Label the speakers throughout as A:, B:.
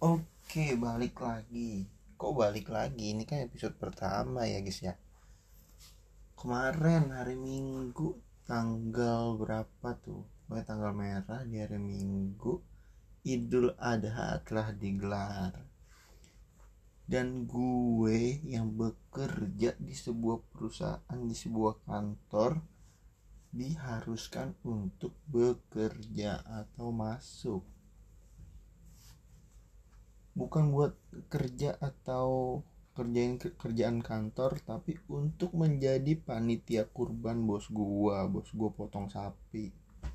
A: Oke, balik lagi. Kok balik lagi? Ini kan episode pertama ya guys ya. Kemarin hari Minggu tanggal berapa tuh? Pokoknya tanggal merah di hari Minggu Idul Adha telah digelar. Dan gue yang bekerja di sebuah perusahaan, di sebuah kantor, diharuskan untuk bekerja atau masuk, bukan buat kerja atau kerjain kerjaan kantor, tapi untuk menjadi panitia kurban. Bos gua potong sapi.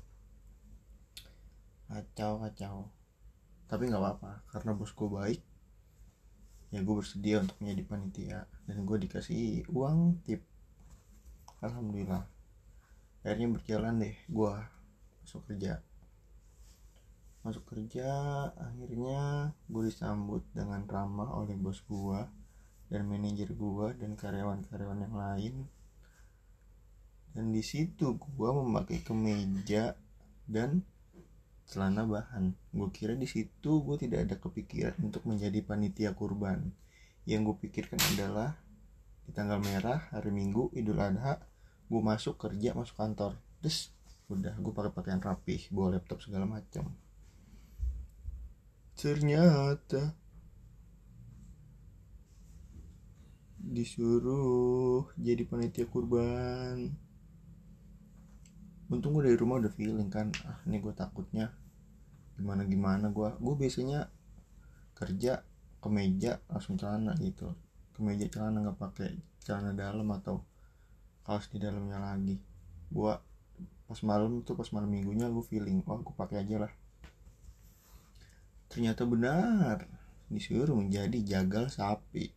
A: Kacau. Tapi nggak apa-apa, karena bos gua baik, ya gue bersedia untuk menjadi panitia dan gue dikasih uang tip. Alhamdulillah, akhirnya berjalan deh. Gue masuk kerja. Akhirnya gue disambut dengan ramah oleh bos gue dan manajer gue dan karyawan-karyawan yang lain. Dan di situ gue memakai kemeja dan celana bahan. Gue kira di situ gue tidak ada kepikiran untuk menjadi panitia kurban. Yang gue pikirkan adalah di tanggal merah hari Minggu Idul Adha, gue masuk kerja, masuk kantor, terus udah gue pakai pakaian rapih, bawa laptop segala macam. Ternyata disuruh jadi panitia kurban. Untung gue dari rumah udah feeling kan, ini gue takutnya gimana gue biasanya kerja kemeja langsung celana gitu, kemeja celana, nggak pakai celana dalam atau kaos di dalamnya lagi. Gue pas malam minggunya gue feeling, gue pakai aja lah. Ternyata benar, disuruh menjadi jagal sapi.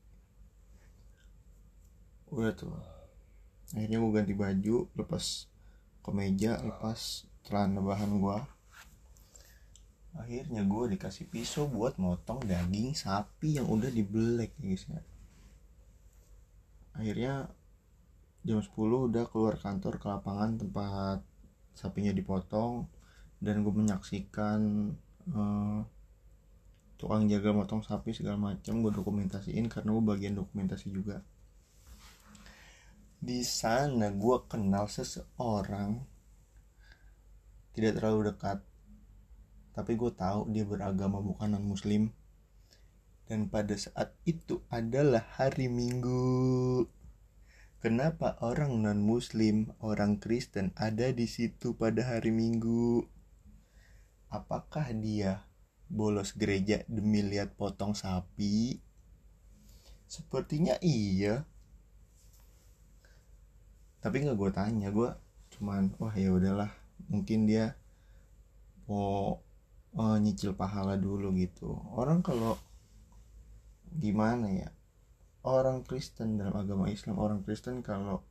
A: Udah tuh, akhirnya gue ganti baju, lepas kemeja, lepas celana bahan gue. Akhirnya gue dikasih pisau buat motong daging sapi yang udah dibelek guys ya. Akhirnya jam 10 udah keluar kantor ke lapangan tempat sapinya dipotong. Dan gue menyaksikan tukang jaga motong sapi segala macam. Gue dokumentasiin karena gue bagian dokumentasi juga. Di sana gue kenal seseorang, tidak terlalu dekat, tapi gue tahu dia beragama bukan non muslim. Dan pada saat itu adalah hari Minggu. Kenapa orang non muslim, orang Kristen ada di situ pada hari Minggu? Apakah dia bolos gereja demi lihat potong sapi? Sepertinya iya. Tapi nggak gue tanya, gue cuman ya udahlah, mungkin dia mau nyicil pahala dulu gitu. Orang kalau gimana ya, orang Kristen dalam agama Islam, orang Kristen kalau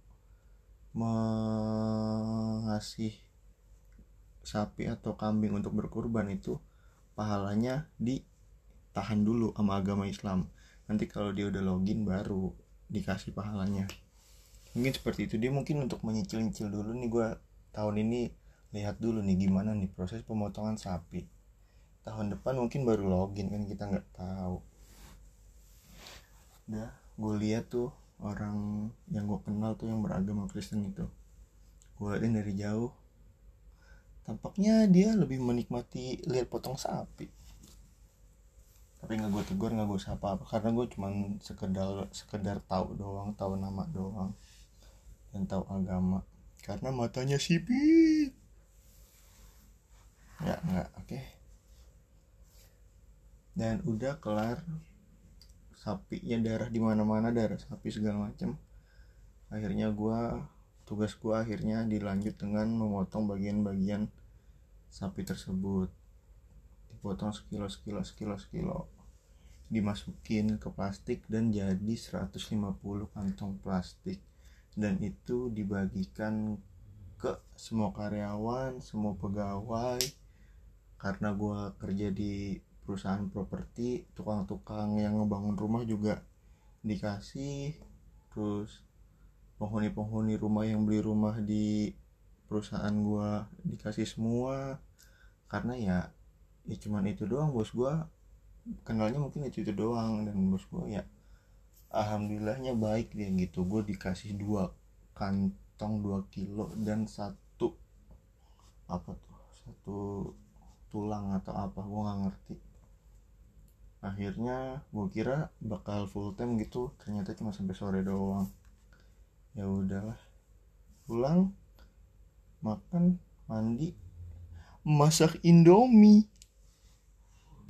A: mengasih sapi atau kambing untuk berkurban itu pahalanya ditahan dulu sama agama Islam. Nanti kalau dia udah login baru dikasih pahalanya. Mungkin seperti itu, dia mungkin untuk menyicil-nyicil dulu nih. Gue tahun ini lihat dulu nih gimana nih proses pemotongan sapi. Tahun depan mungkin baru login kan, kita nggak tahu. Udah, gue lihat tuh orang yang gue kenal tuh yang beragama Kristen itu, gue liatin dari jauh, tampaknya dia lebih menikmati lihat potong sapi. Tapi nggak gue tegur, nggak gue sapa apa, karena gue cuma sekedar tahu doang, tahu nama doang dan tahu agama karena matanya sipit. Ya nggak, oke. Dan udah kelar, sapinya darah di mana-mana, darah sapi segala macam. Akhirnya tugas gue akhirnya dilanjut dengan memotong bagian-bagian sapi tersebut. Dipotong sekilo, dimasukin ke plastik dan jadi 150 kantong plastik. Dan itu dibagikan ke semua karyawan, semua pegawai. Karena gue kerja di perusahaan properti, tukang-tukang yang ngebangun rumah juga dikasih. Terus penghuni rumah yang beli rumah di perusahaan gue dikasih semua. Karena ya cuman itu doang, bos gue kenalnya mungkin itu doang. Dan bos gue ya alhamdulillahnya baik dia gitu. Gue dikasih 2 kantong 2 kilo dan satu apa tuh, satu tulang atau apa, gue nggak ngerti. Akhirnya gue kira bakal full time gitu, ternyata cuma sampai sore doang. Ya udahlah, pulang, makan, mandi, masak Indomie.